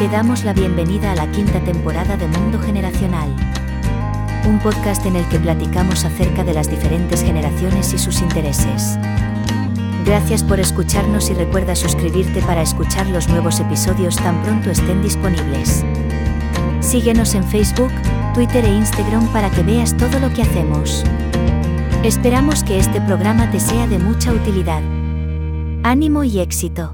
Te damos la bienvenida a la quinta temporada de Mundo Generacional. Un podcast en el que platicamos acerca de las diferentes generaciones y sus intereses. Gracias por escucharnos y recuerda suscribirte para escuchar los nuevos episodios tan pronto estén disponibles. Síguenos en Facebook, Twitter e Instagram para que veas todo lo que hacemos. Esperamos que este programa te sea de mucha utilidad. Ánimo y éxito.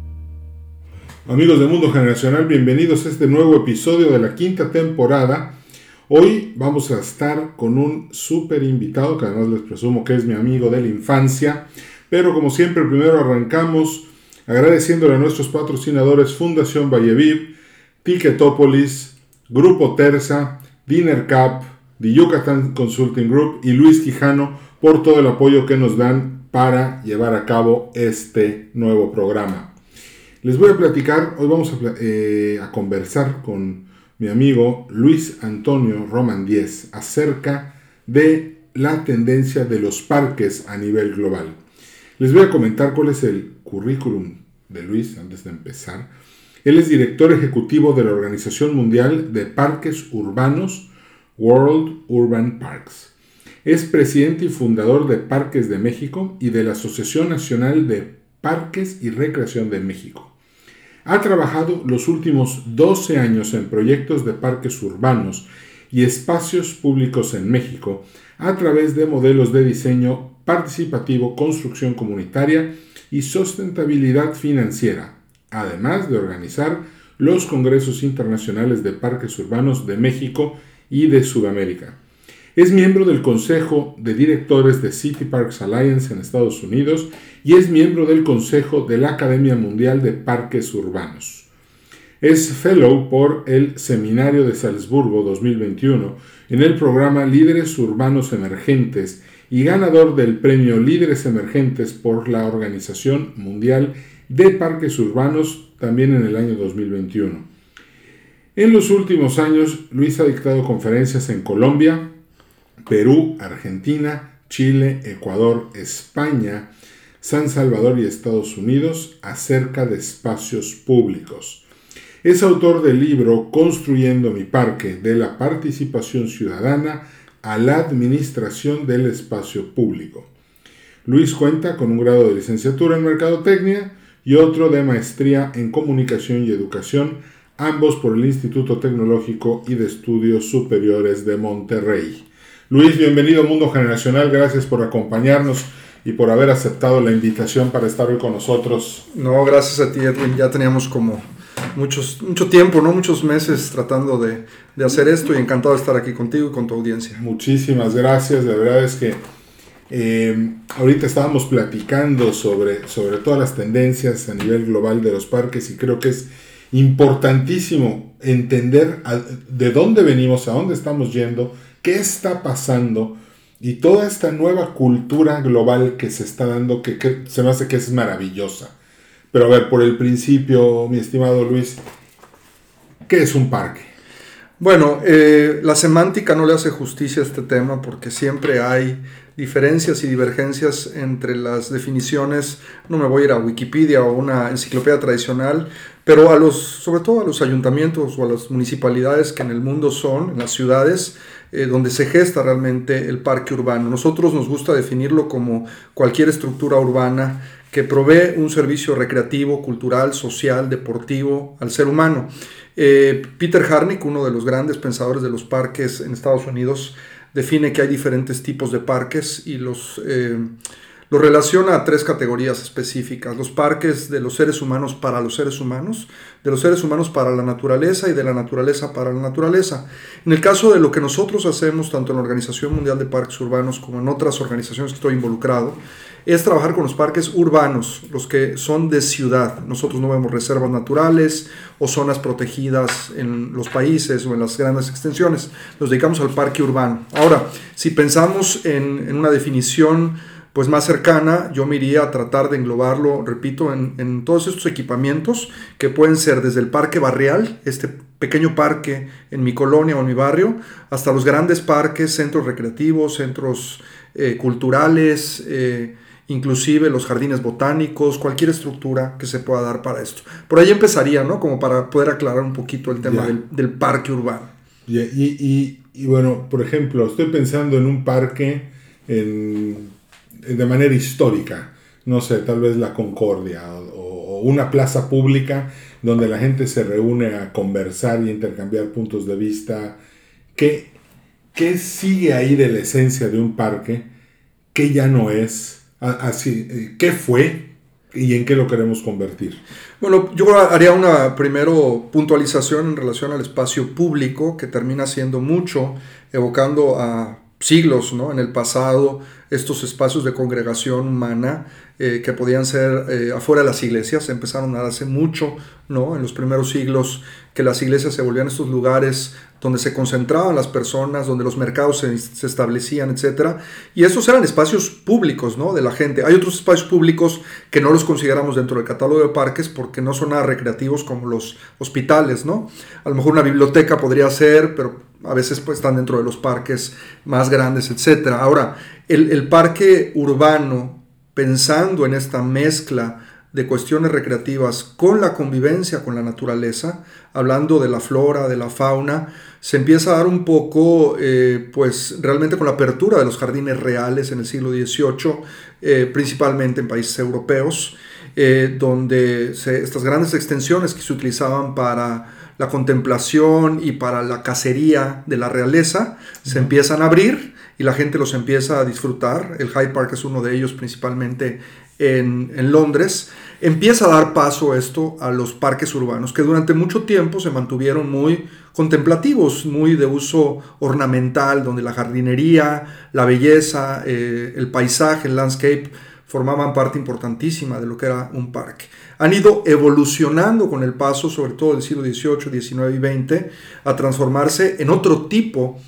Amigos de Mundo Generacional, bienvenidos a este nuevo episodio de la quinta temporada. Hoy vamos a estar con un súper invitado, que además les presumo que es mi amigo de la infancia. Pero como siempre, primero arrancamos agradeciéndole a nuestros patrocinadores Fundación Valleviv, Ticketopolis, Grupo Terza, Dinner Cup, The Yucatán Consulting Group y Luis Quijano por todo el apoyo que nos dan para llevar a cabo este nuevo programa. Les voy a platicar, hoy vamos a conversar con mi amigo Luis Antonio Román Díez acerca de la tendencia de los parques a nivel global. Les voy a comentar cuál es el currículum de Luis antes de empezar. Él es director ejecutivo de la Organización Mundial de Parques Urbanos, World Urban Parks. Es presidente y fundador de Parques de México y de la Asociación Nacional de Parques y Recreación de México. Ha trabajado los últimos 12 años en proyectos de parques urbanos y espacios públicos en México a través de modelos de diseño participativo, construcción comunitaria y sustentabilidad financiera, además de organizar los congresos internacionales de parques urbanos de México y de Sudamérica. Es miembro del Consejo de Directores de City Parks Alliance en Estados Unidos y es miembro del Consejo de la Academia Mundial de Parques Urbanos. Es fellow por el Seminario de Salzburgo 2021 en el programa Líderes Urbanos Emergentes y ganador del premio Líderes Emergentes por la Organización Mundial de Parques Urbanos también en el año 2021. En los últimos años, Luis ha dictado conferencias en Colombia, Perú, Argentina, Chile, Ecuador, España, San Salvador y Estados Unidos acerca de espacios públicos. Es autor del libro Construyendo mi Parque, de la participación ciudadana a la administración del espacio público. Luis cuenta con un grado de licenciatura en Mercadotecnia y otro de maestría en Comunicación y Educación, ambos por el Instituto Tecnológico y de Estudios Superiores de Monterrey. Luis, bienvenido a Mundo Generacional, gracias por acompañarnos y por haber aceptado la invitación para estar hoy con nosotros. No, gracias a ti, Edwin. Ya teníamos como mucho tiempo, ¿no? Muchos meses tratando de hacer esto y encantado de estar aquí contigo y con tu audiencia. Muchísimas gracias, de verdad es que ahorita estábamos platicando sobre todas las tendencias a nivel global de los parques y creo que es importantísimo entender de dónde venimos, a dónde estamos yendo, qué está pasando y toda esta nueva cultura global que se está dando, que se me hace que es maravillosa. Pero a ver, por el principio, mi estimado Luis, ¿qué es un parque? Bueno, la semántica no le hace justicia a este tema porque siempre hay diferencias y divergencias entre las definiciones. No me voy a ir a Wikipedia o una enciclopedia tradicional, pero sobre todo a los ayuntamientos o a las municipalidades que en el mundo son, en las ciudades, donde se gesta realmente el parque urbano. Nosotros nos gusta definirlo como cualquier estructura urbana que provee un servicio recreativo, cultural, social, deportivo al ser humano. Peter Harnick, uno de los grandes pensadores de los parques en Estados Unidos, define que hay diferentes tipos de parques y los relaciona a tres categorías específicas: los parques de los seres humanos para los seres humanos, de los seres humanos para la naturaleza y de la naturaleza para la naturaleza. En el caso de lo que nosotros hacemos, tanto en la Organización Mundial de Parques Urbanos como en otras organizaciones que estoy involucrado, es trabajar con los parques urbanos, los que son de ciudad. Nosotros no vemos reservas naturales o zonas protegidas en los países o en las grandes extensiones. Nos dedicamos al parque urbano. Ahora, si pensamos en una definición pues más cercana, yo me iría a tratar de englobarlo, repito, en todos estos equipamientos que pueden ser desde el parque barrial, este pequeño parque en mi colonia o en mi barrio, hasta los grandes parques, centros recreativos, centros culturales, inclusive los jardines botánicos, cualquier estructura que se pueda dar para esto. Por ahí empezaría, ¿no? Como para poder aclarar un poquito el tema del parque urbano. Y bueno, por ejemplo, estoy pensando en un parque de manera histórica, no sé, tal vez la Concordia o una plaza pública donde la gente se reúne a conversar y intercambiar puntos de vista. ¿Qué sigue ahí de la esencia de un parque? ¿Qué ya no es? Así, ¿qué fue y en qué lo queremos convertir? Bueno, yo haría una primero puntualización en relación al espacio público, que termina siendo mucho, evocando a siglos, ¿no? En el pasado, estos espacios de congregación humana que podían ser afuera de las iglesias, empezaron a darse mucho, ¿no? En los primeros siglos, que las iglesias se volvían estos lugares donde se concentraban las personas, donde los mercados se establecían, etc. Y estos eran espacios públicos, ¿no? De la gente. Hay otros espacios públicos que no los consideramos dentro del catálogo de parques porque no son nada recreativos, como los hospitales, ¿no? A lo mejor una biblioteca podría ser, pero a veces pues están dentro de los parques más grandes, etc. Ahora, el parque urbano, pensando en esta mezcla de cuestiones recreativas con la convivencia con la naturaleza, hablando de la flora, de la fauna, se empieza a dar un poco, pues realmente con la apertura de los jardines reales en el siglo XVIII, principalmente en países europeos, donde estas grandes extensiones que se utilizaban para la contemplación y para la cacería de la realeza se empiezan a abrir y la gente los empieza a disfrutar. El Hyde Park es uno de ellos, principalmente en Londres. Empieza a dar paso esto a los parques urbanos, que durante mucho tiempo se mantuvieron muy contemplativos, muy de uso ornamental, donde la jardinería, la belleza, el paisaje, el landscape, formaban parte importantísima de lo que era un parque. Han ido evolucionando con el paso, sobre todo del siglo XVIII, XIX y XX, a transformarse en otro tipo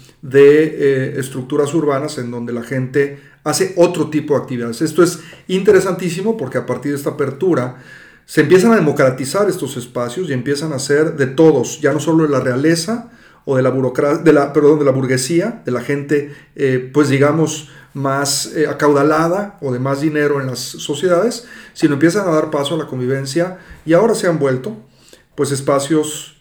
de estructuras urbanas en donde la gente hace otro tipo de actividades. Esto es interesantísimo porque a partir de esta apertura se empiezan a democratizar estos espacios y empiezan a ser de todos, ya no solo de la realeza o de la burguesía, de la gente, pues digamos, más acaudalada o de más dinero en las sociedades, sino empiezan a dar paso a la convivencia y ahora se han vuelto pues espacios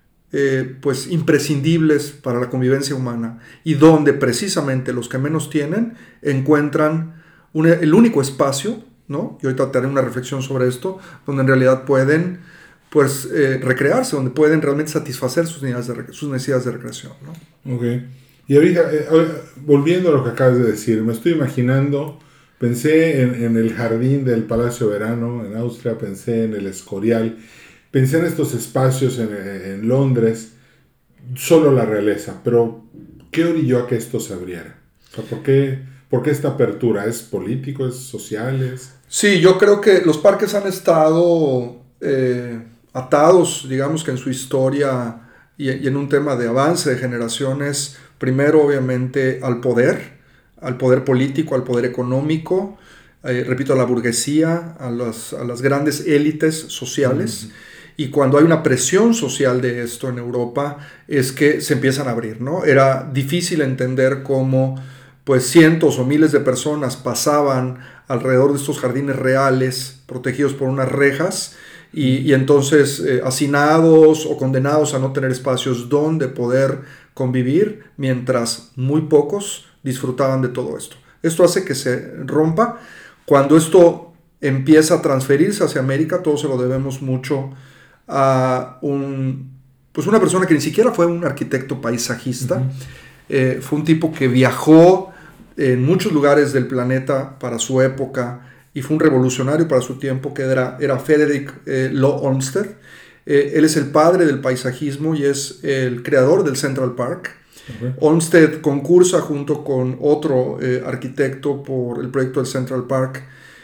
pues imprescindibles para la convivencia humana y donde precisamente los que menos tienen encuentran el único espacio, ¿no? Y ahorita te haré una reflexión sobre esto, donde en realidad pueden pues recrearse, donde pueden realmente satisfacer sus necesidades de recreación, ¿no? Ok. Y ahorita, volviendo a lo que acabas de decir, me estoy imaginando, pensé en el jardín del Palacio Verano en Austria, pensé en el Escorial, pensé en estos espacios en Londres, solo la realeza, pero ¿qué orilló a que esto se abriera? O sea, ¿por qué esta apertura? ¿Es político? ¿Es social? Sí, yo creo que los parques han estado atados, digamos que en su historia y en un tema de avance de generaciones, primero obviamente al poder político, al poder económico, repito, a la burguesía, a las grandes élites sociales. Y cuando hay una presión social de esto en Europa, es que se empiezan a abrir, ¿no? Era difícil entender cómo pues cientos o miles de personas pasaban alrededor de estos jardines reales, protegidos por unas rejas, y entonces hacinados o condenados a no tener espacios donde poder convivir, mientras muy pocos disfrutaban de todo esto. Esto hace que se rompa. Cuando esto empieza a transferirse hacia América, todo se lo debemos mucho a una persona que ni siquiera fue un arquitecto paisajista. Fue un tipo que viajó en muchos lugares del planeta para su época y fue un revolucionario para su tiempo, que era Frederick Law Olmsted. Él es el padre del paisajismo y es el creador del Central Park. Olmsted concursa junto con otro arquitecto por el proyecto del Central Park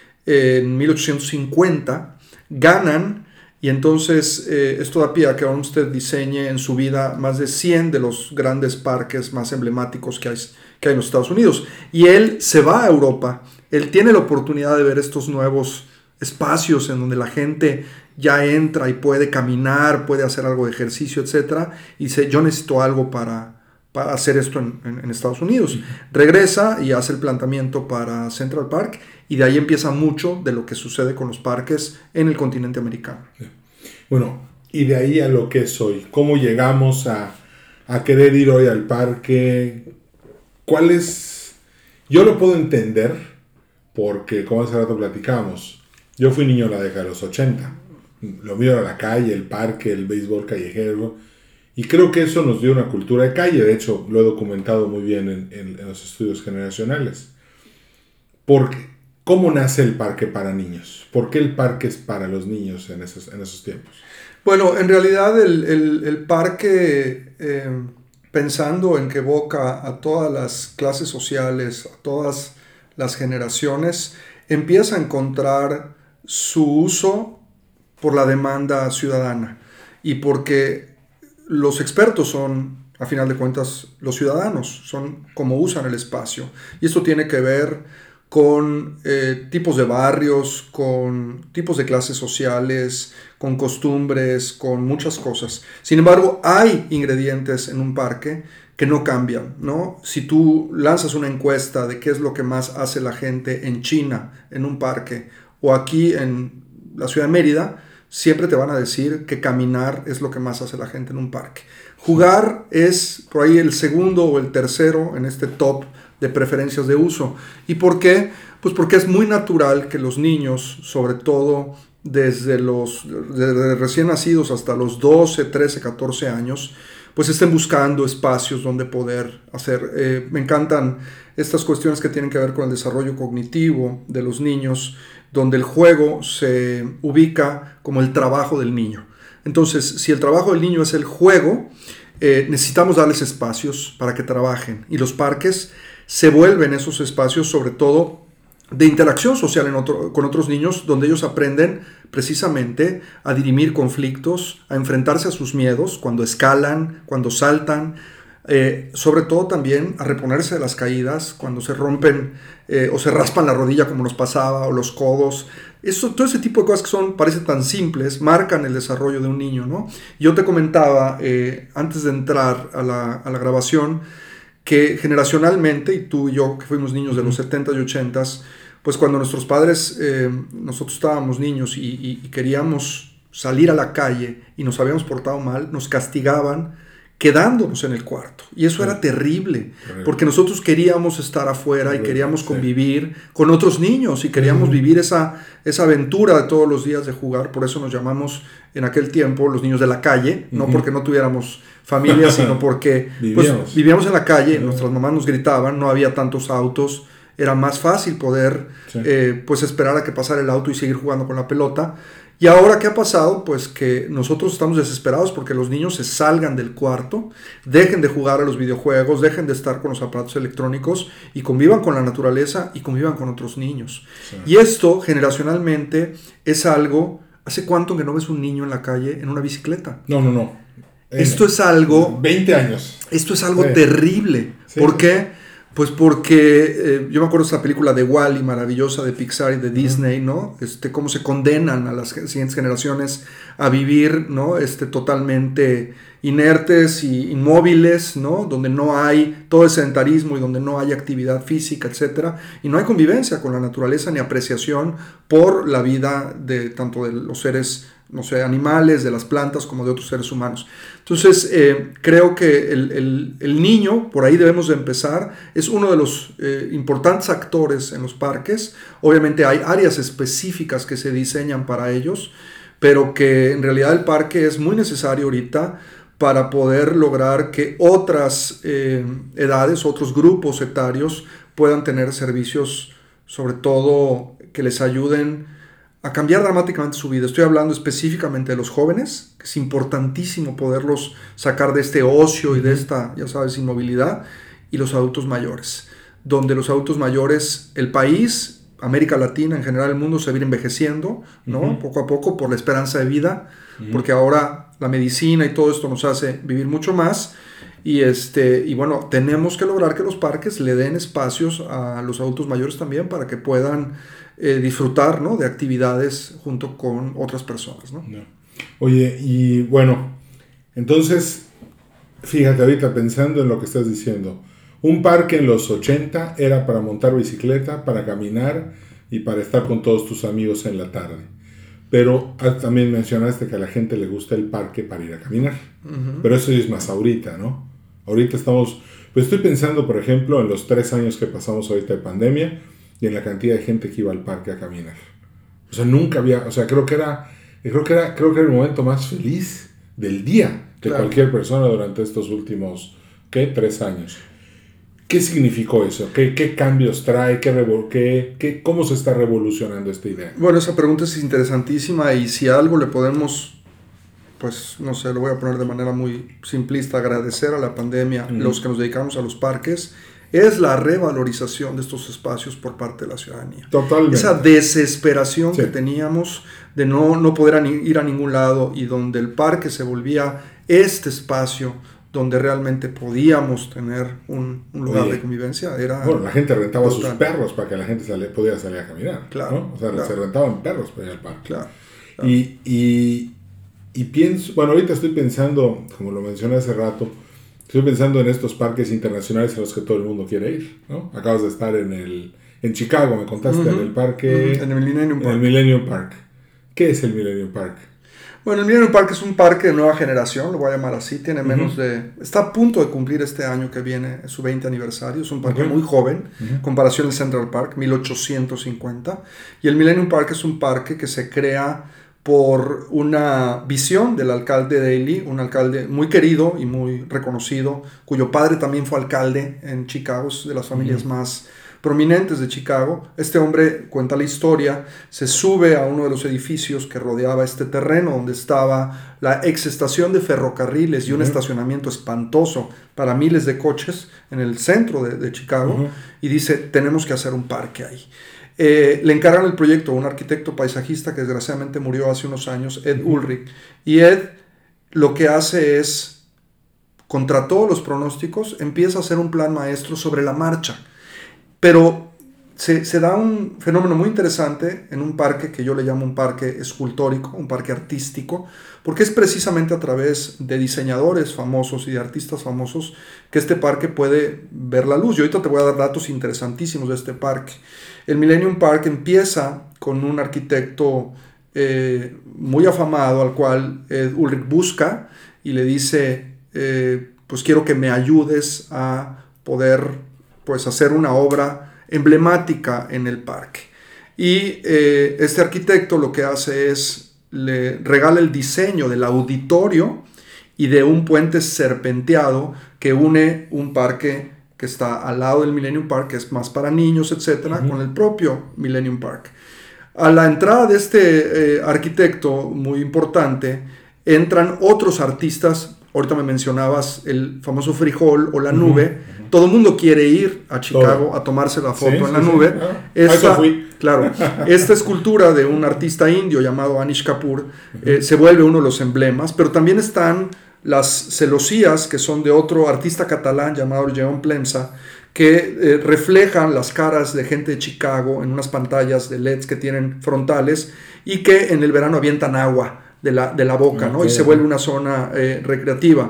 en 1850, ganan. Y entonces esto da pie a que Olmsted diseñe en su vida más de 100 de los grandes parques más emblemáticos que hay en los Estados Unidos. Y él se va a Europa, él tiene la oportunidad de ver estos nuevos espacios en donde la gente ya entra y puede caminar, puede hacer algo de ejercicio, etc. Y dice, yo necesito algo para hacer esto en Estados Unidos. Regresa y hace el planteamiento para Central Park Y de ahí empieza mucho de lo que sucede con los parques en el continente americano. Bueno, y de ahí a lo que es hoy. ¿Cómo llegamos a querer ir hoy al parque? ¿Cuál es? Yo lo puedo entender porque, como hace rato platicamos, yo fui niño en la década de los 80. Lo mío era la calle, el parque, el béisbol callejero. Y creo que eso nos dio una cultura de calle. De hecho, lo he documentado muy bien en los estudios generacionales. Porque, ¿cómo nace el parque para niños? ¿Por qué el parque es para los niños en esos tiempos? Bueno, en realidad el parque, pensando en que evoca a todas las clases sociales, a todas las generaciones, empieza a encontrar su uso por la demanda ciudadana y porque los expertos son, a final de cuentas, los ciudadanos, son como usan el espacio. Y esto tiene que ver con tipos de barrios, con tipos de clases sociales, con costumbres, con muchas cosas. Sin embargo, hay ingredientes en un parque que no cambian, ¿no? Si tú lanzas una encuesta de qué es lo que más hace la gente en China, en un parque, o aquí en la ciudad de Mérida, siempre te van a decir que caminar es lo que más hace la gente en un parque. Jugar es por ahí el segundo o el tercero en este top de preferencias de uso. ¿Y por qué? Pues porque es muy natural que los niños, sobre todo desde recién nacidos hasta los 12, 13, 14 años, pues estén buscando espacios donde poder hacer. Me encantan estas cuestiones que tienen que ver con el desarrollo cognitivo de los niños, donde el juego se ubica como el trabajo del niño. Entonces, si el trabajo del niño es el juego, necesitamos darles espacios para que trabajen. Y los parques se vuelven esos espacios, sobre todo de interacción social con otros niños, donde ellos aprenden precisamente a dirimir conflictos, a enfrentarse a sus miedos cuando escalan, cuando saltan, sobre todo también a reponerse de las caídas cuando se rompen o se raspan la rodilla como nos pasaba, o los codos. Todo ese tipo de cosas que parecen tan simples, marcan el desarrollo de un niño, ¿no? Yo te comentaba antes de entrar a la grabación que generacionalmente, y tú y yo que fuimos niños de los 70s y 80s, pues cuando nuestros padres, nosotros estábamos niños y queríamos salir a la calle y nos habíamos portado mal, nos castigaban quedándonos en el cuarto. Y eso era terrible, porque nosotros queríamos estar afuera y queríamos convivir con otros niños y queríamos vivir esa aventura de todos los días de jugar. Por eso nos llamamos en aquel tiempo los niños de la calle, no porque no tuviéramos familia, sino porque vivíamos en la calle, nuestras mamás nos gritaban, no había tantos autos, era más fácil poder pues esperar a que pasara el auto y seguir jugando con la pelota. Y ahora, ¿qué ha pasado? Pues que nosotros estamos desesperados porque los niños se salgan del cuarto, dejen de jugar a los videojuegos, dejen de estar con los aparatos electrónicos y convivan con la naturaleza y convivan con otros niños. Sí. Y esto, generacionalmente, es algo... ¿Hace cuánto que no ves un niño en la calle en una bicicleta? No. Esto es algo... 20 años. Esto es algo terrible. Sí. ¿Por qué? Pues porque yo me acuerdo de esa película de Wall-E maravillosa de Pixar y de Disney, ¿no? Cómo se condenan a las siguientes generaciones a vivir, ¿no? Totalmente inertes y inmóviles, ¿no? Donde no hay todo el sedentarismo y donde no hay actividad física, etcétera, y no hay convivencia con la naturaleza ni apreciación por la vida de tanto de los seres, no sé, animales, de las plantas, como de otros seres humanos. Entonces, creo que el niño, por ahí debemos de empezar, es uno de los importantes actores en los parques. Obviamente hay áreas específicas que se diseñan para ellos, pero que en realidad el parque es muy necesario ahorita para poder lograr que otras edades, otros grupos etarios puedan tener servicios, sobre todo que les ayuden a cambiar dramáticamente su vida. Estoy hablando específicamente de los jóvenes, que es importantísimo poderlos sacar de este ocio y de esta, ya sabes, inmovilidad, y los adultos mayores, donde los adultos mayores, el país, América Latina, en general el mundo, se va a ir envejeciendo, ¿no? Poco a poco, por la esperanza de vida, porque ahora la medicina y todo esto nos hace vivir mucho más, y bueno, tenemos que lograr que los parques le den espacios a los adultos mayores también para que puedan disfrutar, ¿no? De actividades junto con otras personas, ¿no? Oye, y bueno, entonces, fíjate ahorita pensando en lo que estás diciendo, un parque en los 80 era para montar bicicleta, para caminar, y para estar con todos tus amigos en la tarde. Pero también mencionaste que a la gente le gusta el parque para ir a caminar. Uh-huh. Pero eso es más ahorita, ¿no? Ahorita estamos... Pues estoy pensando, por ejemplo, en los 3 años que pasamos ahorita de pandemia y en la cantidad de gente que iba al parque a caminar. O sea, nunca había... O sea, creo que era el momento más feliz del día de cualquier persona durante estos últimos, 3 años. ¿Qué significó eso? ¿Qué cambios trae? ¿Cómo se está revolucionando esta idea? Bueno, esa pregunta es interesantísima y si algo le podemos, pues no sé, lo voy a poner de manera muy simplista, agradecer a la pandemia, los que nos dedicamos a los parques, es la revalorización de estos espacios por parte de la ciudadanía. Totalmente. Esa desesperación que teníamos de no poder ir a ningún lado y donde el parque se volvía este espacio donde realmente podíamos tener un lugar de convivencia. Bueno, la gente rentaba sus perros para que la gente pudiera salir a caminar. Claro. ¿no? O sea, se rentaban perros para ir al parque. Claro. Y pienso, bueno, ahorita estoy pensando, como lo mencioné hace rato, estoy pensando en estos parques internacionales a los que todo el mundo quiere ir, ¿no? Acabas de estar en Chicago, me contaste, en el parque... En el Millennium Park. En el Millennium Park. ¿Qué es el Millennium Park? Bueno, el Millennium Park es un parque de nueva generación, lo voy a llamar así, tiene menos de... Está a punto de cumplir este año que viene su 20 aniversario, es un parque muy joven, en comparación al Central Park, 1850, y el Millennium Park es un parque que se crea por una visión del alcalde Daley, un alcalde muy querido y muy reconocido, cuyo padre también fue alcalde en Chicago, es de las familias más prominentes de Chicago. Este hombre cuenta la historia, se sube a uno de los edificios que rodeaba este terreno donde estaba la ex estación de ferrocarriles y un estacionamiento espantoso para miles de coches en el centro de Chicago, y dice, tenemos que hacer un parque ahí. Le encargan el proyecto a un arquitecto paisajista que desgraciadamente murió hace unos años, Ed Ulrich, y Ed lo que hace es, contra todos los pronósticos, empieza a hacer un plan maestro sobre la marcha. Pero se da un fenómeno muy interesante en un parque que yo le llamo un parque escultórico, un parque artístico, porque es precisamente a través de diseñadores famosos y de artistas famosos que este parque puede ver la luz. Yo ahorita te voy a dar datos interesantísimos de este parque. El Millennium Park empieza con un arquitecto muy afamado al cual Ed Ulrich busca y le dice, pues quiero que me ayudes a poder pues hacer una obra emblemática en el parque. Y este arquitecto lo que hace es, le regala el diseño del auditorio y de un puente serpenteado que une un parque que está al lado del Millennium Park, que es más para niños, etcétera, con el propio Millennium Park. A la entrada de este arquitecto muy importante, entran otros artistas. Ahorita me mencionabas el famoso frijol o la nube. Todo el mundo quiere ir a Chicago a tomarse la foto en la nube. Esta escultura de un artista indio llamado Anish Kapoor se vuelve uno de los emblemas, pero también están las celosías, que son de otro artista catalán llamado Jean Plemsa, que reflejan las caras de gente de Chicago en unas pantallas de LEDs que tienen frontales y que en el verano avientan agua de la boca, ¿no? Y se vuelve una zona recreativa.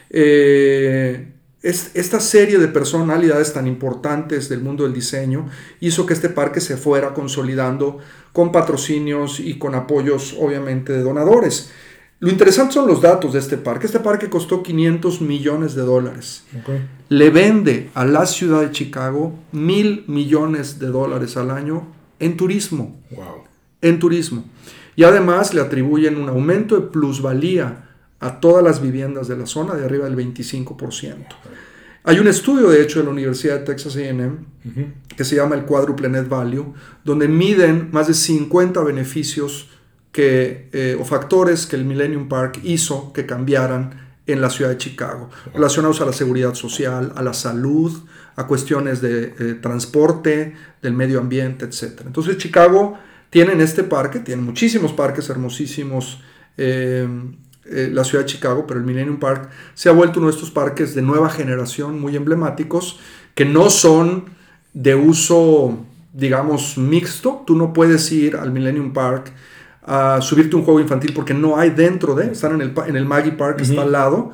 Esta serie de personalidades tan importantes del mundo del diseño hizo que este parque se fuera consolidando con patrocinios y con apoyos, obviamente, de donadores. Lo interesante son los datos de este parque. Este parque costó $500 millones. Le vende a la ciudad de Chicago $1,000 millones al año en turismo. Wow. En turismo. Y además le atribuyen un aumento de plusvalía a todas las viviendas de la zona de arriba del 25%. Hay un estudio, de hecho, de la Universidad de Texas A&M que se llama el Quadruple Net Value, donde miden más de 50 beneficios o factores que el Millennium Park hizo que cambiaran en la ciudad de Chicago, relacionados a la seguridad social, a la salud, a cuestiones de transporte, del medio ambiente, etc. Entonces Chicago tiene en este parque, tiene muchísimos parques hermosísimos, la ciudad de Chicago, pero el Millennium Park se ha vuelto uno de estos parques de nueva generación muy emblemáticos que no son de uso, digamos, mixto. Tú no puedes ir al Millennium Park a subirte un juego infantil porque no hay dentro de, están en el Maggie Park, está al lado.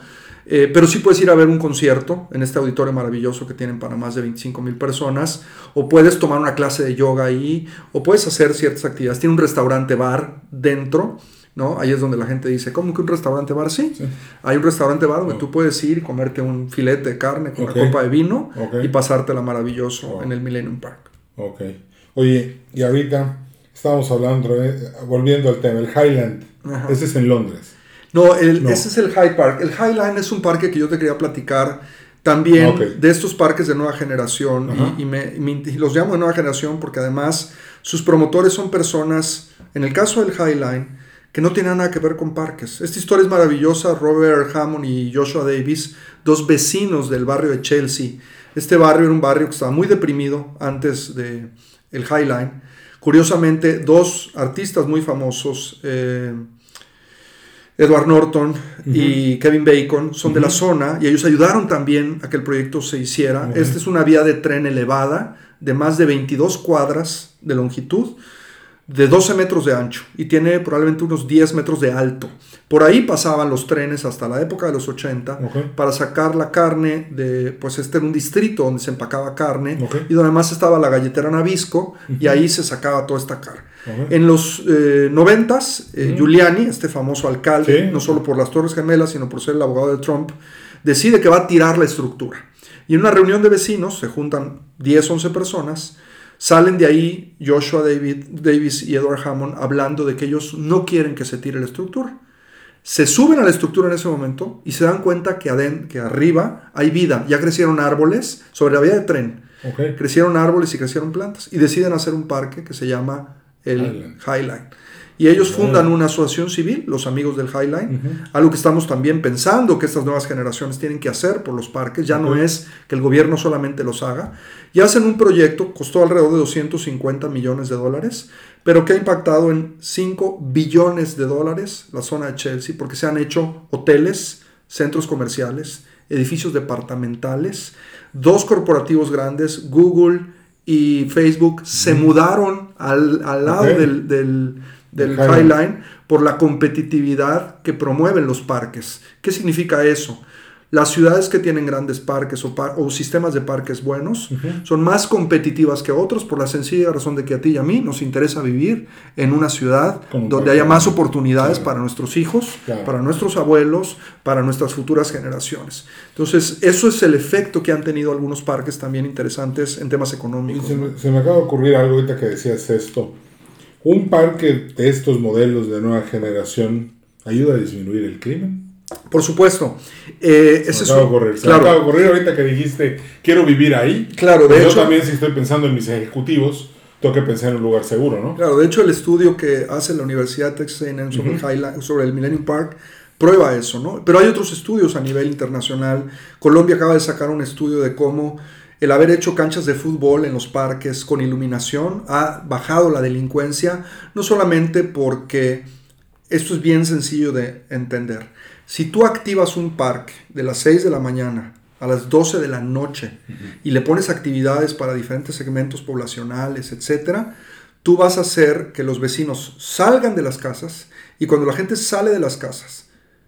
Pero sí puedes ir a ver un concierto en este auditorio maravilloso que tienen para más de 25,000 personas, o puedes tomar una clase de yoga ahí, o puedes hacer ciertas actividades. Tiene un restaurante bar dentro, ¿no? Ahí es donde la gente dice, ¿cómo que un restaurante bar? Sí. Hay un restaurante bar donde tú puedes ir y comerte un filete de carne con una copa de vino y pasártela maravilloso en el Millennium Park. Ok. Oye, y ahorita estábamos hablando, volviendo al tema, el Highland. Ajá. Ese es en Londres. No, ese es el Hyde Park. El Highline es un parque que yo te quería platicar también de estos parques de nueva generación. Y los llamo de nueva generación porque además sus promotores son personas, en el caso del Highline, que no tienen nada que ver con parques. Esta historia es maravillosa. Robert Hammond y Joshua Davis, dos vecinos del barrio de Chelsea. Este barrio era un barrio que estaba muy deprimido antes del Highline. Curiosamente, dos artistas muy famosos, Edward Norton y Kevin Bacon, son de la zona y ellos ayudaron también a que el proyecto se hiciera. Esta es una vía de tren elevada de más de 22 cuadras de longitud, de 12 metros de ancho y tiene probablemente unos 10 metros de alto. Por ahí pasaban los trenes hasta la época de los 80 para sacar la carne de, pues este era un distrito donde se empacaba carne y donde además estaba la galletera Nabisco y ahí se sacaba toda esta carne. En los 90s, Giuliani, este famoso alcalde, no solo por las Torres Gemelas, sino por ser el abogado de Trump, decide que va a tirar la estructura. Y en una reunión de vecinos, se juntan 10, 11 personas, salen de ahí Joshua Davis y Edward Hammond hablando de que ellos no quieren que se tire la estructura. Se suben a la estructura en ese momento y se dan cuenta que arriba hay vida. Ya crecieron árboles sobre la vía de tren. Crecieron árboles y crecieron plantas. Y deciden hacer un parque que se llama el Highline. Y ellos fundan una asociación civil, los amigos del Highline, algo que estamos también pensando que estas nuevas generaciones tienen que hacer por los parques, ya no es que el gobierno solamente los haga, y hacen un proyecto, costó alrededor de $250 millones, pero que ha impactado en $5 billones la zona de Chelsea, porque se han hecho hoteles, centros comerciales, edificios departamentales, 2 corporativos grandes, Google y Facebook, se mudaron al lado del Highline por la competitividad que promueven los parques. ¿Qué significa eso? Las ciudades que tienen grandes parques o sistemas de parques buenos son más competitivas que otros por la sencilla razón de que a ti y a mí nos interesa vivir en una ciudad donde haya más oportunidades para nuestros hijos, para nuestros abuelos, para nuestras futuras generaciones. Entonces, eso es el efecto que han tenido algunos parques también interesantes en temas económicos. Se me acaba de ocurrir algo ahorita que decías esto. ¿Un parque de estos modelos de nueva generación ayuda a disminuir el crimen? Por supuesto. Se me acaba de ocurrir ahorita que dijiste, quiero vivir ahí. Claro, de hecho, yo también, si estoy pensando en mis ejecutivos, tengo que pensar en un lugar seguro, ¿no? Claro, de hecho, el estudio que hace la Universidad de Texas A&M sobre el Millennium Park prueba eso, ¿no? Pero hay otros estudios a nivel internacional. Colombia acaba de sacar un estudio de cómo el haber hecho canchas de fútbol en los parques con iluminación ha bajado la delincuencia, no solamente porque esto es bien sencillo de entender. Si tú activas un parque de las 6 de la mañana a las 12 de la noche y le pones actividades para diferentes segmentos poblacionales, etcétera, tú vas a hacer que los vecinos salgan de las casas y cuando la gente sale de las casas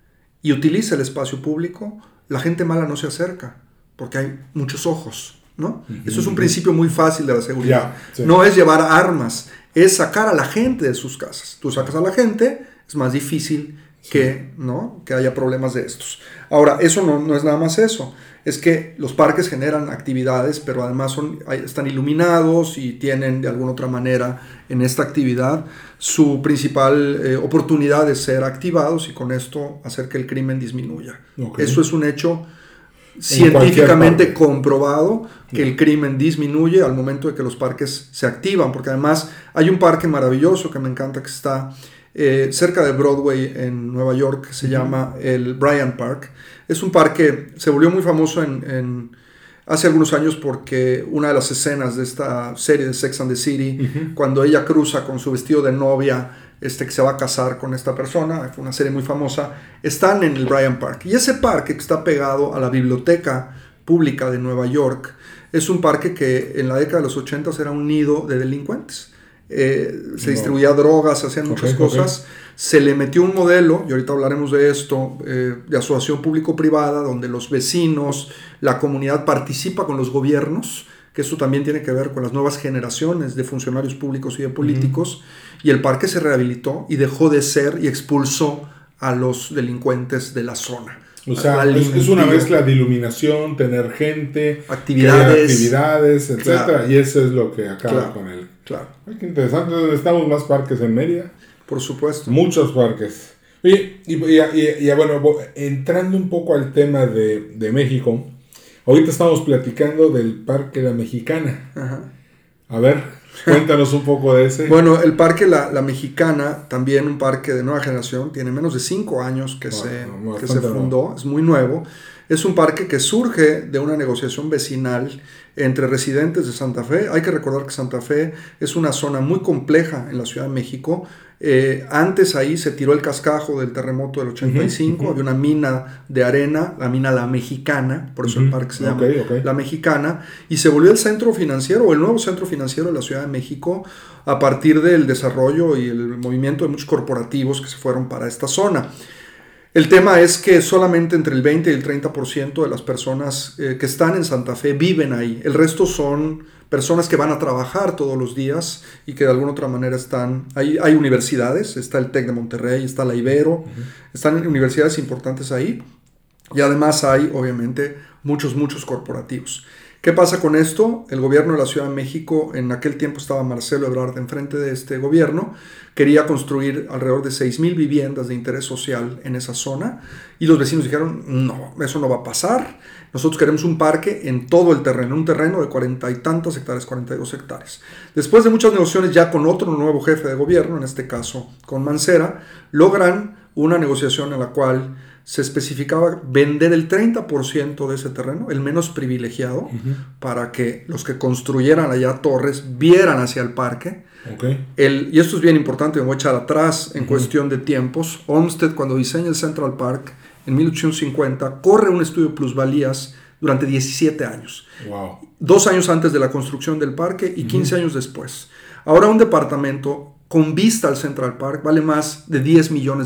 y utiliza el espacio público, la gente mala no se acerca porque hay muchos ojos, ¿no? Eso es un principio muy fácil de la seguridad. No es llevar armas, es sacar a la gente de sus casas. Tú sacas a la gente, es más difícil que haya problemas de estos. Ahora, eso no es nada más eso. Es que los parques generan actividades, pero además están iluminados y tienen de alguna otra manera en esta actividad su principal oportunidad de ser activados y con esto hacer que el crimen disminuya. Eso es un hecho científicamente comprobado, que el crimen disminuye al momento de que los parques se activan, porque además hay un parque maravilloso que me encanta que está cerca de Broadway en Nueva York, que se llama el Bryant Park. Es un parque, se volvió muy famoso hace algunos años porque una de las escenas de esta serie de Sex and the City, cuando ella cruza con su vestido de novia, que se va a casar con esta persona, fue una serie muy famosa, están en el Bryant Park. Y ese parque que está pegado a la biblioteca pública de Nueva York, es un parque que en la década de los 80 era un nido de delincuentes. se distribuía drogas, se hacían muchas cosas. Se le metió un modelo, y ahorita hablaremos de esto, de asociación público-privada, donde los vecinos, la comunidad participa con los gobiernos, que eso también tiene que ver con las nuevas generaciones de funcionarios públicos y de políticos, y el parque se rehabilitó y dejó de ser y expulsó a los delincuentes de la zona. O sea, es una mezcla de iluminación, tener gente, actividades, etcétera, claro. Y eso es lo que acaba con él. Claro. Ay, qué interesante. Necesitamos más parques en Mérida. Por supuesto. Muchos parques. Y bueno, entrando un poco al tema de México, ahorita estamos platicando del Parque La Mexicana. Ajá. A ver, cuéntanos un poco de ese. Bueno, el Parque La Mexicana, también un parque de nueva generación, tiene menos de 5 años que se fundó, es muy nuevo. Es un parque que surge de una negociación vecinal entre residentes de Santa Fe. Hay que recordar que Santa Fe es una zona muy compleja en la Ciudad de México. Antes ahí se tiró el cascajo del terremoto del 85, había una mina de arena, la mina La Mexicana, por eso el parque se llama La Mexicana, y se volvió el centro financiero, o el nuevo centro financiero de la Ciudad de México, a partir del desarrollo y el movimiento de muchos corporativos que se fueron para esta zona. El tema es que solamente entre el 20 y el 30% de las personas que están en Santa Fe viven ahí. El resto son personas que van a trabajar todos los días y que de alguna otra manera están... Hay universidades, está el TEC de Monterrey, está la Ibero, están universidades importantes ahí. Y además hay, obviamente, muchos corporativos. ¿Qué pasa con esto? El gobierno de la Ciudad de México, en aquel tiempo estaba Marcelo Ebrard enfrente de este gobierno, quería construir alrededor de 6,000 viviendas de interés social en esa zona, y los vecinos dijeron, no, eso no va a pasar, nosotros queremos un parque en todo el terreno, un terreno de 40 y tantas hectáreas, 42 hectáreas. Después de muchas negociaciones ya con otro nuevo jefe de gobierno, en este caso con Mancera, logran una negociación en la cual se especificaba vender el 30% de ese terreno, el menos privilegiado, para que los que construyeran allá torres vieran hacia el parque. Y esto es bien importante, me voy a echar atrás en cuestión de tiempos. Olmsted, cuando diseña el Central Park en 1850, corre un estudio de plusvalías durante 17 años. 2 años antes de la construcción del parque y 15 años después. Ahora un departamento con vista al Central Park vale más de $10 millones,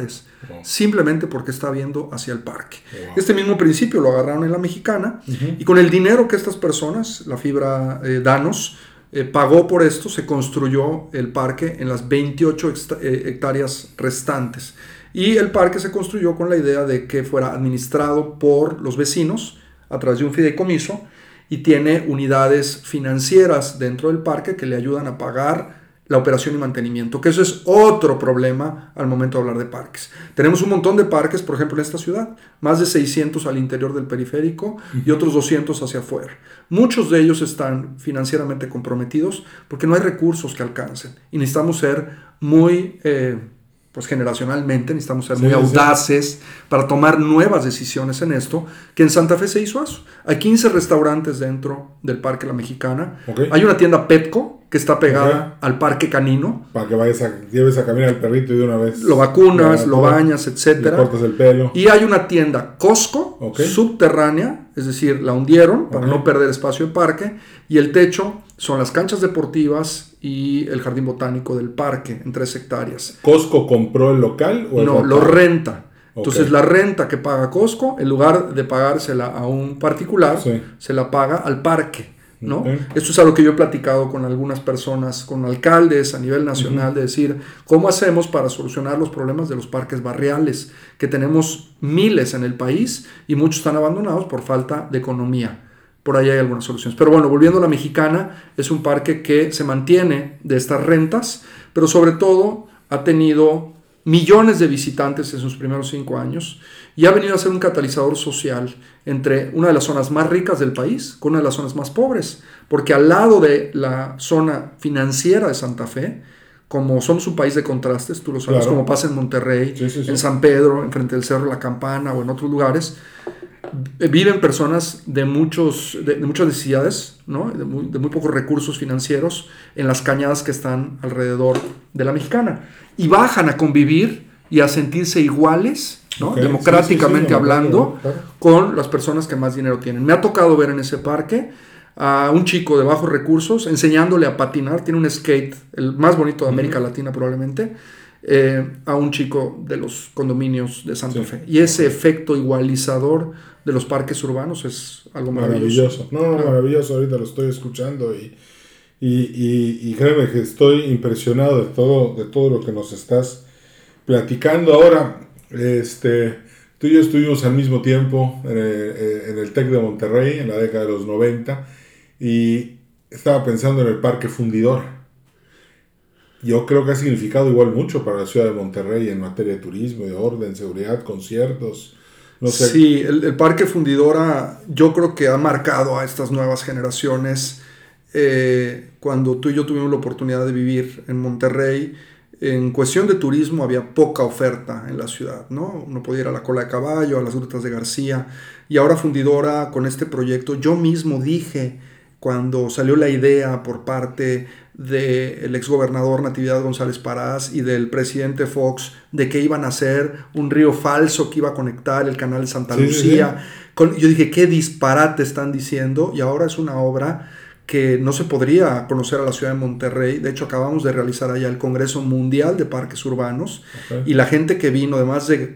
simplemente porque está viendo hacia el parque. Este mismo principio lo agarraron en La Mexicana, y con el dinero que estas personas, la fibra Danos, pagó por esto, se construyó el parque en las 28 hectáreas restantes. Y el parque se construyó con la idea de que fuera administrado por los vecinos a través de un fideicomiso, y tiene unidades financieras dentro del parque que le ayudan a pagar la operación y mantenimiento, que eso es otro problema al momento de hablar de parques. Tenemos un montón de parques, por ejemplo, en esta ciudad, más de 600 al interior del periférico y otros 200 hacia afuera. Muchos de ellos están financieramente comprometidos porque no hay recursos que alcancen, y necesitamos ser muy... generacionalmente necesitamos ser muy audaces para tomar nuevas decisiones en esto, que en Santa Fe se hizo eso. Hay 15 restaurantes dentro del Parque La Mexicana. Hay una tienda Petco que está pegada al parque canino. Para que lleves a caminar al perrito y de una vez... Lo vacunas, lo bañas, etc. Le cortas el pelo. Y hay una tienda Costco subterránea, es decir, la hundieron para no perder espacio de parque, y el techo son las canchas deportivas y el jardín botánico del parque en 3 hectáreas. ¿Costco compró el local? ¿O no, lo renta. Entonces la renta que paga Costco, en lugar de pagársela a un particular, se la paga al parque, ¿no? Esto es algo que yo he platicado con algunas personas, con alcaldes a nivel nacional, de decir, ¿cómo hacemos para solucionar los problemas de los parques barriales? Que tenemos miles en el país y muchos están abandonados por falta de economía. Por ahí hay algunas soluciones. Pero bueno, volviendo a La Mexicana, es un parque que se mantiene de estas rentas, pero sobre todo ha tenido millones de visitantes en sus primeros 5 años, y ha venido a ser un catalizador social entre una de las zonas más ricas del país con una de las zonas más pobres, porque al lado de la zona financiera de Santa Fe, como somos un país de contrastes, tú lo sabes, como pasa en Monterrey, en San Pedro, enfrente del Cerro La Campana o en otros lugares, viven personas de muchas necesidades, ¿no? de muy pocos recursos financieros en las cañadas que están alrededor de La Mexicana, y bajan a convivir y a sentirse iguales, ¿no? Democráticamente hablando, con las personas que más dinero tienen. Me ha tocado ver en ese parque a un chico de bajos recursos, enseñándole a patinar, tiene un skate, el más bonito de América Latina probablemente, a un chico de los condominios de Santa Fe. Y ese efecto igualizador de los parques urbanos es algo maravilloso. Maravilloso, ahorita lo estoy escuchando y créeme que estoy impresionado de todo lo que nos estás platicando. Ahora, tú y yo estuvimos al mismo tiempo en el TEC de Monterrey en la década de los 90 y estaba pensando en el Parque Fundidora. Yo creo que ha significado igual mucho para la ciudad de Monterrey en materia de turismo, de orden, seguridad, conciertos. No sé. Sí, el Parque Fundidora yo creo que ha marcado a estas nuevas generaciones. Cuando tú y yo tuvimos la oportunidad de vivir en Monterrey, en cuestión de turismo había poca oferta en la ciudad, ¿no? Uno podía ir a la Cola de Caballo, a las Grutas de García, y ahora Fundidora con este proyecto, yo mismo dije cuando salió la idea por parte del exgobernador Natividad González Parás y del presidente Fox de que iban a hacer un río falso que iba a conectar el canal de Santa Lucía. Yo dije, qué disparate están diciendo, y ahora es una obra que no se podría conocer a la ciudad de Monterrey. De hecho, acabamos de realizar allá el Congreso Mundial de Parques Urbanos, y la gente que vino de más de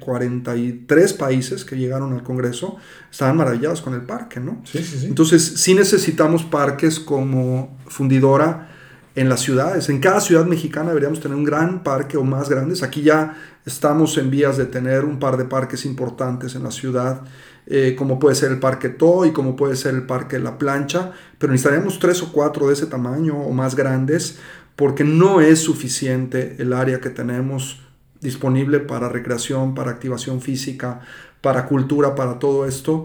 43 países que llegaron al Congreso estaban maravillados con el parque, ¿no? Sí. Entonces, sí necesitamos parques como Fundidora en las ciudades. En cada ciudad mexicana deberíamos tener un gran parque o más grandes. Aquí ya estamos en vías de tener un par de parques importantes en la ciudad, como puede ser el Parque Toy, como puede ser el Parque La Plancha, pero necesitaríamos 3 o 4 de ese tamaño o más grandes, porque no es suficiente el área que tenemos disponible para recreación, para activación física, para cultura, para todo esto.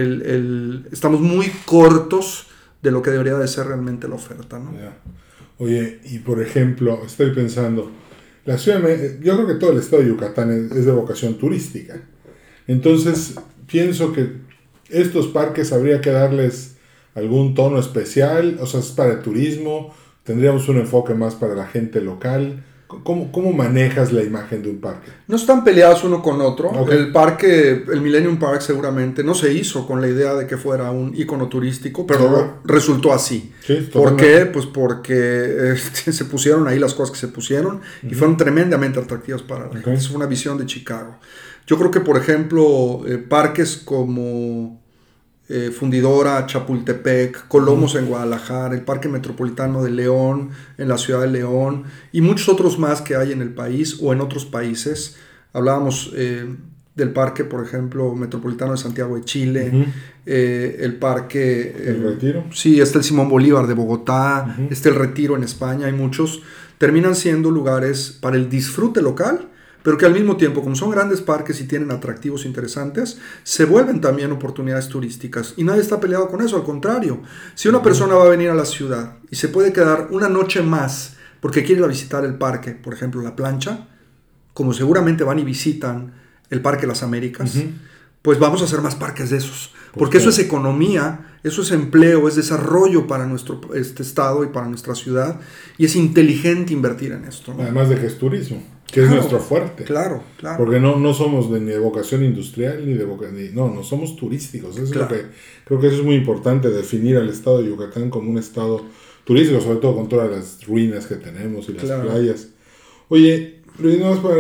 Estamos muy cortos de lo que debería de ser realmente la oferta, ¿no? Yeah. Oye, y por ejemplo, estoy pensando, la ciudad yo creo que todo el estado de Yucatán es de vocación turística. Entonces, pienso que estos parques habría que darles algún tono especial, o sea, es para el turismo, tendríamos un enfoque más para la gente local. ¿Cómo manejas la imagen de un parque? No están peleados uno con otro. Okay. El Millennium Park seguramente no se hizo con la idea de que fuera un ícono turístico, pero resultó así. Sí, ¿Por qué? Pues porque se pusieron ahí las cosas que se pusieron y fueron tremendamente atractivas para la gente. Es una visión de Chicago. Yo creo que, por ejemplo, parques como Fundidora, Chapultepec, Colomos en Guadalajara, el Parque Metropolitano de León en la ciudad de León y muchos otros más que hay en el país o en otros países. Hablábamos del parque, por ejemplo, Metropolitano de Santiago de Chile, el parque... ¿El Retiro? Sí, está el Simón Bolívar de Bogotá, está el Retiro en España, hay muchos. Terminan siendo lugares para el disfrute local, pero que al mismo tiempo, como son grandes parques y tienen atractivos interesantes, se vuelven también oportunidades turísticas. Y nadie está peleado con eso, al contrario. Si una persona va a venir a la ciudad y se puede quedar una noche más porque quiere ir a visitar el parque, por ejemplo, La Plancha, como seguramente van y visitan el Parque Las Américas, pues vamos a hacer más parques de esos. Porque eso es economía, eso es empleo, es desarrollo para nuestro estado y para nuestra ciudad. Y es inteligente invertir en esto, ¿no? Además de que es turismo, que es nuestro fuerte. Claro. Porque no somos ni de vocación industrial, no somos turísticos. Eso es lo que, creo que eso es muy importante, definir al estado de Yucatán como un estado turístico, sobre todo con todas las ruinas que tenemos y las playas. Oye, Luis,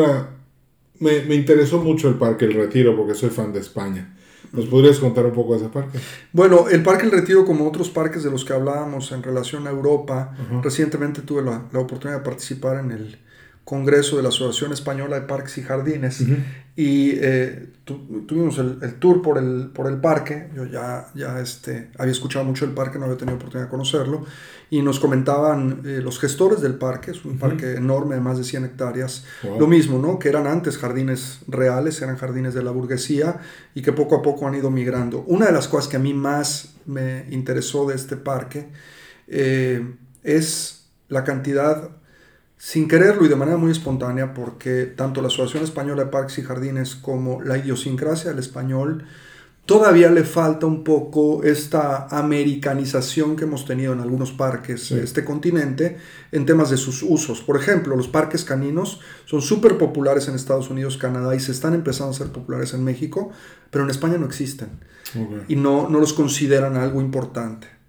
me interesó mucho el Parque El Retiro porque soy fan de España. ¿Nos podrías contar un poco de ese parque? Bueno, el Parque El Retiro, como otros parques de los que hablábamos en relación a Europa, recientemente tuve la oportunidad de participar en el Congreso de la Asociación Española de Parques y Jardines, y tuvimos el tour por el parque. Yo ya había escuchado mucho del parque, no había tenido oportunidad de conocerlo, y nos comentaban los gestores del parque. Es un parque enorme de más de 100 hectáreas, lo mismo, ¿no? Que eran antes jardines reales, eran jardines de la burguesía, y que poco a poco han ido migrando. Una de las cosas que a mí más me interesó de este parque es la cantidad, sin quererlo y de manera muy espontánea, porque tanto la Asociación Española de Parques y Jardines como la idiosincrasia del español todavía le falta un poco esta americanización que hemos tenido en algunos parques de este continente en temas de sus usos. Por ejemplo, los parques caninos son súper populares en Estados Unidos, Canadá, y se están empezando a ser populares en México, pero en España no existen y no los consideran algo importante.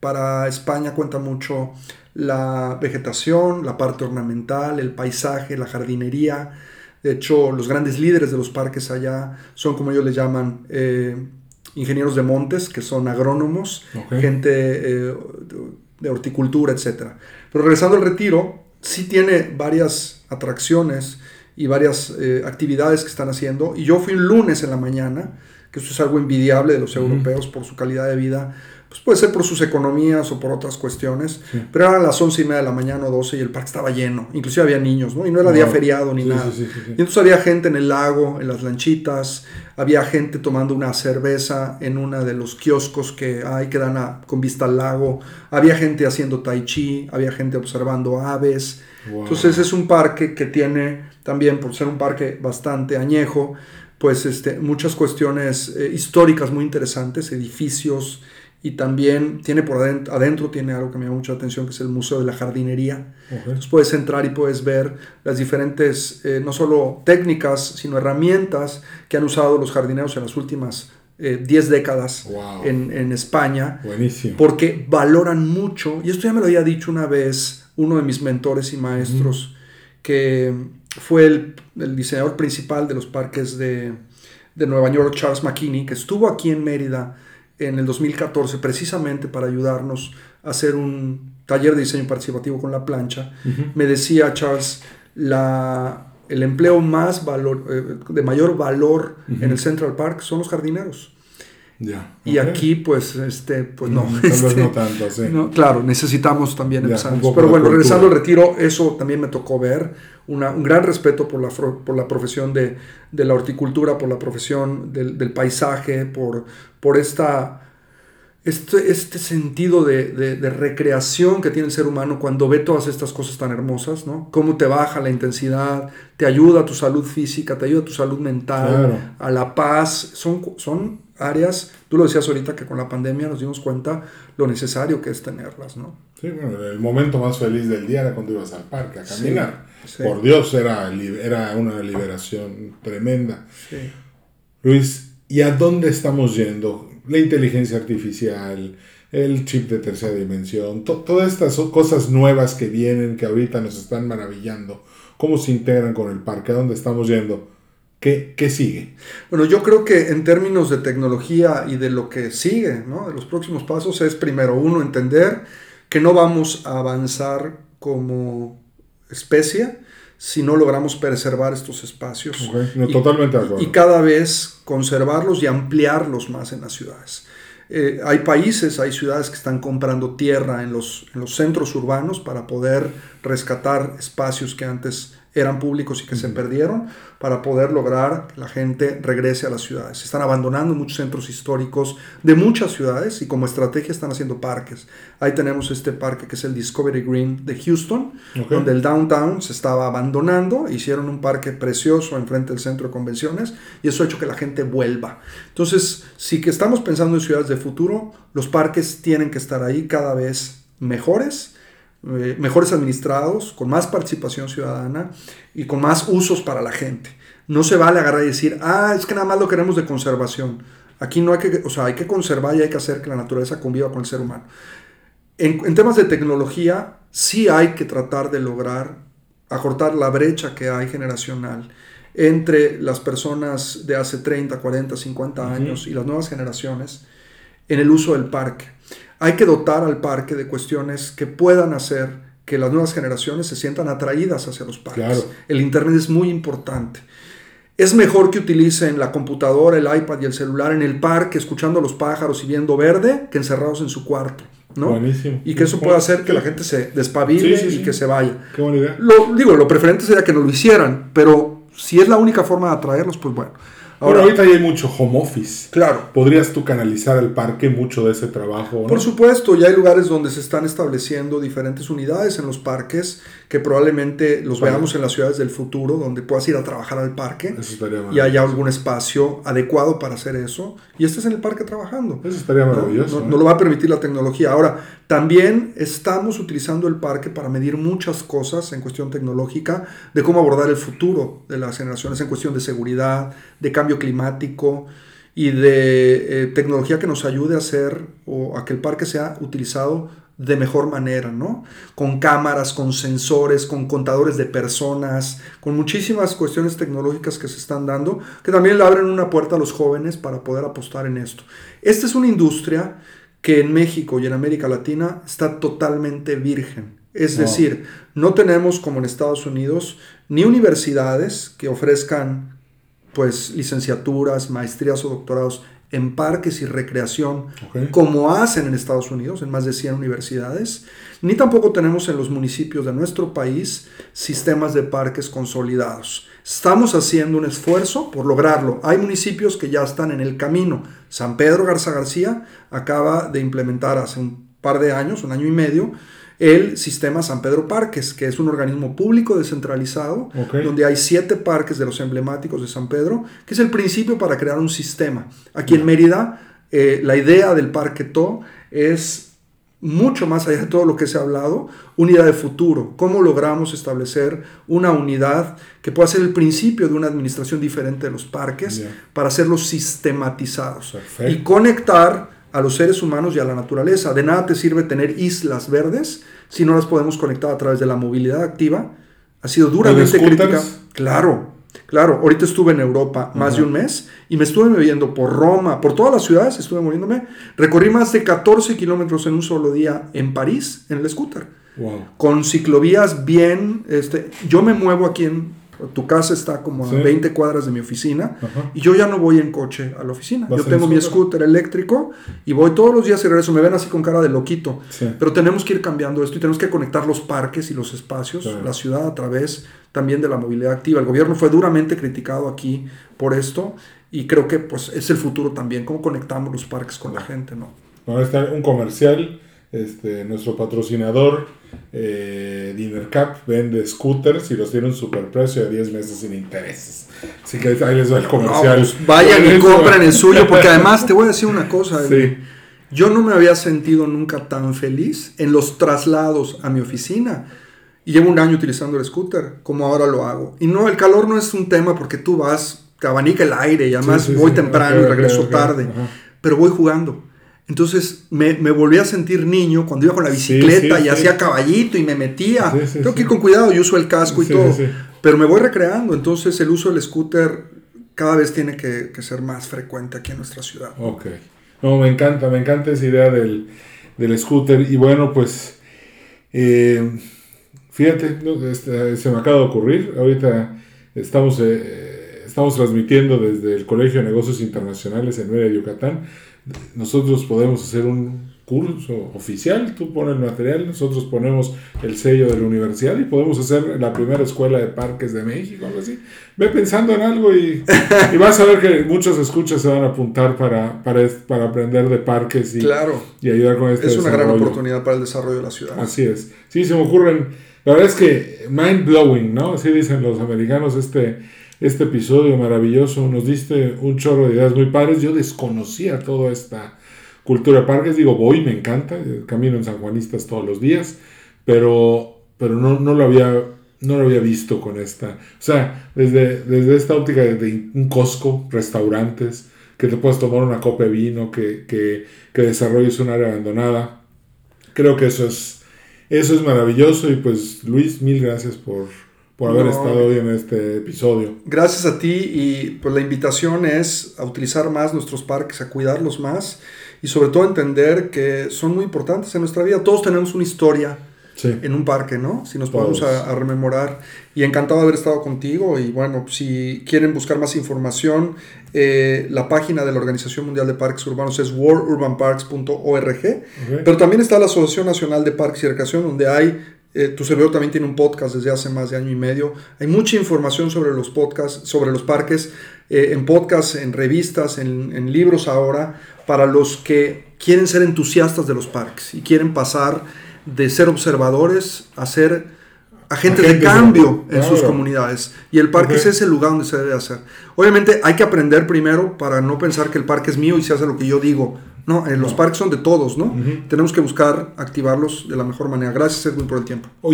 Para España cuenta mucho la vegetación, la parte ornamental, el paisaje, la jardinería. De hecho, los grandes líderes de los parques allá son, como ellos les llaman, ingenieros de montes, que son agrónomos, gente de horticultura, etc. Pero regresando al Retiro, sí tiene varias atracciones y varias actividades que están haciendo. Y yo fui un lunes en la mañana, que eso es algo envidiable de los europeos por su calidad de vida. Pues puede ser por sus economías o por otras cuestiones, pero eran las 11:30 de la mañana o 12 y el parque estaba lleno, inclusive había niños, ¿no? Y no era día feriado ni nada. Sí. Y entonces había gente en el lago, en las lanchitas, había gente tomando una cerveza en uno de los kioscos que hay que dan con vista al lago, había gente haciendo tai chi, había gente observando aves. Wow. Entonces es un parque que tiene también, por ser un parque bastante añejo, pues muchas cuestiones históricas muy interesantes, edificios. Y también tiene por adentro tiene algo que me llama mucha atención, que es el Museo de la Jardinería. Entonces puedes entrar y puedes ver las diferentes, no solo técnicas, sino herramientas que han usado los jardineros en las últimas 10 décadas en España. Buenísimo. Porque valoran mucho, y esto ya me lo había dicho una vez uno de mis mentores y maestros, que fue el diseñador principal de los parques de Nueva York, Charles McKinney, que estuvo aquí en Mérida en el 2014 precisamente para ayudarnos a hacer un taller de diseño participativo con la plancha. Me decía Charles, el empleo de mayor valor en el Central Park son los jardineros. Y aquí pues no. Tal vez no tanto, sí. No, claro, necesitamos también empezar. Pero bueno, regresando al Retiro, eso también me tocó ver. Un gran respeto por la profesión de la horticultura, por la profesión del paisaje, por este sentido de recreación que tiene el ser humano cuando ve todas estas cosas tan hermosas, ¿no? Cómo te baja la intensidad, te ayuda a tu salud física, te ayuda a tu salud mental, a la paz. Son áreas, tú lo decías ahorita, que con la pandemia nos dimos cuenta lo necesario que es tenerlas, ¿no? Sí, bueno, el momento más feliz del día era cuando ibas al parque a caminar. Sí. Por Dios, era una liberación tremenda. Sí. Luis, ¿y a dónde estamos yendo? La inteligencia artificial, el chip de tercera dimensión, todas estas cosas nuevas que vienen, que ahorita nos están maravillando, ¿cómo se integran con el parque? ¿A dónde estamos yendo? ¿Qué sigue? Bueno, yo creo que en términos de tecnología y de lo que sigue, ¿no? De los próximos pasos es, primero, entender que no vamos a avanzar como especie si no logramos preservar estos espacios. Totalmente de acuerdo. Y cada vez conservarlos y ampliarlos más en las ciudades. Hay países, hay ciudades que están comprando tierra en los centros urbanos para poder rescatar espacios que antes eran públicos y que se perdieron, para poder lograr que la gente regrese a las ciudades. Se están abandonando muchos centros históricos de muchas ciudades y como estrategia están haciendo parques. Ahí tenemos este parque que es el Discovery Green de Houston, donde el downtown se estaba abandonando, hicieron un parque precioso enfrente del centro de convenciones y eso ha hecho que la gente vuelva. Entonces, si que estamos pensando en ciudades de futuro, los parques tienen que estar ahí cada vez mejores administrados, con más participación ciudadana y con más usos para la gente. No se vale agarrar y decir, es que nada más lo queremos de conservación. Aquí no hay que conservar y hay que hacer que la naturaleza conviva con el ser humano. En temas de tecnología, sí hay que tratar de lograr acortar la brecha que hay generacional entre las personas de hace 30, 40, 50 años y las nuevas generaciones en el uso del parque. Hay que dotar al parque de cuestiones que puedan hacer que las nuevas generaciones se sientan atraídas hacia los parques. Claro. El internet es muy importante. Es mejor que utilicen la computadora, el iPad y el celular en el parque, escuchando a los pájaros y viendo verde, que encerrados en su cuarto, ¿no? Buenísimo. Y que eso pueda hacer que la gente se despabile y que se vaya. Qué buena idea. Lo preferente sería que no lo hicieran, pero si es la única forma de atraerlos, pues bueno. Ahorita hay mucho home office. Claro. ¿Podrías tú canalizar al parque mucho de ese trabajo, ¿no? Por supuesto, ya hay lugares donde se están estableciendo diferentes unidades en los parques que probablemente los veamos en las ciudades del futuro, donde puedas ir a trabajar al parque. Eso estaría maravilloso. Y haya algún espacio adecuado para hacer eso. Y estés en el parque trabajando. Eso estaría maravilloso. No lo va a permitir la tecnología. Ahora, también estamos utilizando el parque para medir muchas cosas en cuestión tecnológica de cómo abordar el futuro de las generaciones en cuestión de seguridad, de cambio climático. y de tecnología que nos ayude a hacer o a que el parque sea utilizado de mejor manera, ¿no? Con cámaras, con sensores, con contadores de personas, con muchísimas cuestiones tecnológicas que se están dando, que también le abren una puerta a los jóvenes para poder apostar en esto. Esta es una industria que en México y en América Latina está totalmente virgen. Es decir, no tenemos como en Estados Unidos ni universidades que ofrezcan pues licenciaturas, maestrías o doctorados en parques y recreación, como hacen en Estados Unidos, en más de 100 universidades, ni tampoco tenemos en los municipios de nuestro país sistemas de parques consolidados. Estamos haciendo un esfuerzo por lograrlo. Hay municipios que ya están en el camino. San Pedro Garza García acaba de implementar hace un par de años, un año y medio, el sistema San Pedro Parques, que es un organismo público descentralizado, donde hay 7 parques de los emblemáticos de San Pedro, que es el principio para crear un sistema. Aquí en Mérida, la idea del Parque TO es mucho más allá de todo lo que se ha hablado, unidad de futuro. ¿Cómo logramos establecer una unidad que pueda ser el principio de una administración diferente de los parques para hacerlos sistematizados? Perfecto. Y conectar a los seres humanos y a la naturaleza. De nada te sirve tener islas verdes si no las podemos conectar a través de la movilidad activa. Ha sido duramente crítica. Claro. Ahorita estuve en Europa más de un mes y me estuve moviendo por Roma, por todas las ciudades estuve moviéndome. Recorrí más de 14 kilómetros en un solo día en París, en el scooter. Wow. Con ciclovías bien... yo me muevo aquí tu casa está como a 20 cuadras de mi oficina y yo ya no voy en coche a la oficina. Yo tengo mi scooter eléctrico y voy todos los días y regreso. Me ven así con cara de loquito. Pero tenemos que ir cambiando esto y tenemos que conectar los parques y los espacios, la ciudad a través también de la movilidad activa. El gobierno fue duramente criticado aquí por esto y creo que pues es el futuro también, cómo conectamos los parques con la gente, ¿no? Ahora está un comercial. Nuestro patrocinador DinerCap vende scooters y los tiene un superprecio de 10 meses sin intereses. Así que ahí les doy el comercial. No, pues vayan y compren el suyo, porque además te voy a decir una cosa. Yo no me había sentido nunca tan feliz en los traslados a mi oficina. Y llevo un año utilizando el scooter, como ahora lo hago. Y no, el calor no es un tema porque tú vas, te abanica el aire y además voy temprano y regreso tarde. Pero voy jugando. Entonces me volví a sentir niño cuando iba con la bicicleta y hacía caballito y me metía. Tengo que ir con cuidado, yo uso el casco y todo. Pero me voy recreando. Entonces el uso del scooter cada vez tiene que ser más frecuente aquí en nuestra ciudad. No, me encanta esa idea del scooter. Y bueno, pues fíjate, se me acaba de ocurrir. Ahorita estamos transmitiendo desde el Colegio de Negocios Internacionales en Mérida, Yucatán. Nosotros podemos hacer un curso oficial, tú pones el material, nosotros ponemos el sello de la universidad y podemos hacer la primera escuela de parques de México, algo así. Ve pensando en algo y vas a ver que muchos escuchas se van a apuntar para aprender de parques y ayudar con este desarrollo. Es una gran oportunidad para el desarrollo de la ciudad. Así es. Sí, se me ocurren, la verdad es que mind blowing, ¿no? Así dicen los americanos, este episodio maravilloso, nos diste un chorro de ideas muy padres. Yo desconocía toda esta cultura de parques, voy, me encanta, camino en sanjuanistas todos los días, pero no lo había visto con esta, o sea, desde esta óptica de un Costco, restaurantes, que te puedes tomar una copa de vino, que desarrolles un área abandonada. Creo que eso es maravilloso y pues Luis, mil gracias por haber estado hoy en este episodio. Gracias a ti y pues la invitación es a utilizar más nuestros parques, a cuidarlos más y sobre todo entender que son muy importantes en nuestra vida. Todos tenemos una historia en un parque, ¿no? Si nos podemos a rememorar. Y encantado de haber estado contigo y bueno, si quieren buscar más información, la página de la Organización Mundial de Parques Urbanos es worldurbanparks.org, pero también está la Asociación Nacional de Parques y Recreación, donde hay tu servidor también tiene un podcast desde hace más de año y medio. Hay mucha información sobre los podcasts, sobre los parques, en podcasts, en revistas, en libros ahora, para los que quieren ser entusiastas de los parques y quieren pasar de ser observadores a ser agentes de cambio en sus comunidades. Y el parque es ese lugar donde se debe hacer. Obviamente hay que aprender primero para no pensar que el parque es mío y se hace lo que yo digo. No, los parques son de todos, ¿no? Tenemos que buscar activarlos de la mejor manera. Gracias, Edwin, por el tiempo. Oye,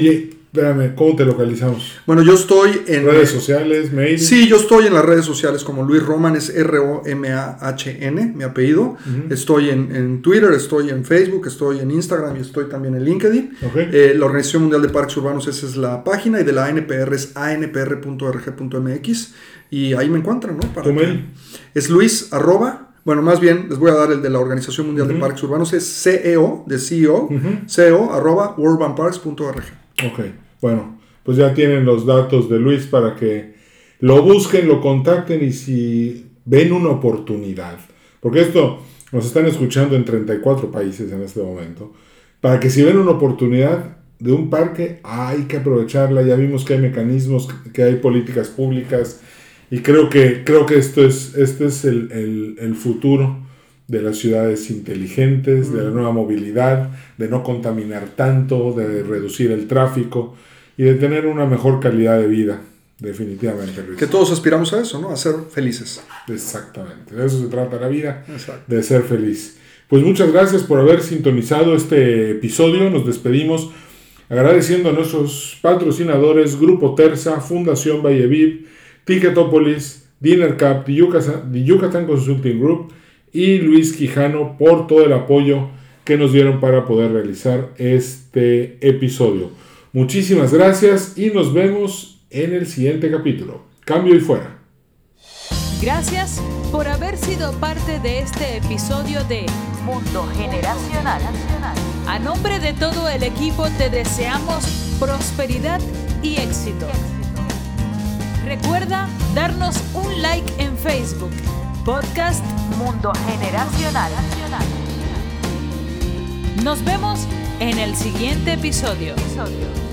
Espérame, ¿cómo te localizamos? Bueno, yo estoy en... ¿Redes sociales, mail? Sí, yo estoy en las redes sociales como Luis Roman, es ROMAHN, mi apellido. Estoy en Twitter, estoy en Facebook, estoy en Instagram y estoy también en LinkedIn. Okay. La Organización Mundial de Parques Urbanos, esa es la página, y de la ANPR es anpr.org.mx, y ahí me encuentran, ¿no? ¿Tu mail? Es Luis @ bueno, más bien les voy a dar el de la Organización Mundial de Parques Urbanos, es CEO, de CEO, CEO @ worldurbanparks.org. Ok, bueno, pues ya tienen los datos de Luis para que lo busquen, lo contacten, y si ven una oportunidad, porque esto nos están escuchando en 34 países en este momento, para que si ven una oportunidad de un parque, hay que aprovecharla. Ya vimos que hay mecanismos, que hay políticas públicas, y creo que este es el futuro de las ciudades inteligentes, de la nueva movilidad, de no contaminar tanto, de reducir el tráfico y de tener una mejor calidad de vida, definitivamente, Luis. Que todos aspiramos a eso, ¿no? A ser felices. Exactamente, de eso se trata la vida. Exacto. De ser feliz. Pues muchas gracias por haber sintonizado este episodio. Nos despedimos agradeciendo a nuestros patrocinadores: Grupo Terza, Fundación Valleviv, Ticketopolis, DinnerCap, The Yucatan Consulting Group y Luis Quijano por todo el apoyo que nos dieron para poder realizar este episodio. Muchísimas gracias y nos vemos en el siguiente capítulo. Cambio y fuera. Gracias por haber sido parte de este episodio de Mundo Generacional. A nombre de todo el equipo te deseamos prosperidad y éxito. Recuerda darnos un like en Facebook. Podcast Mundo Generacional. Nos vemos en el siguiente episodio.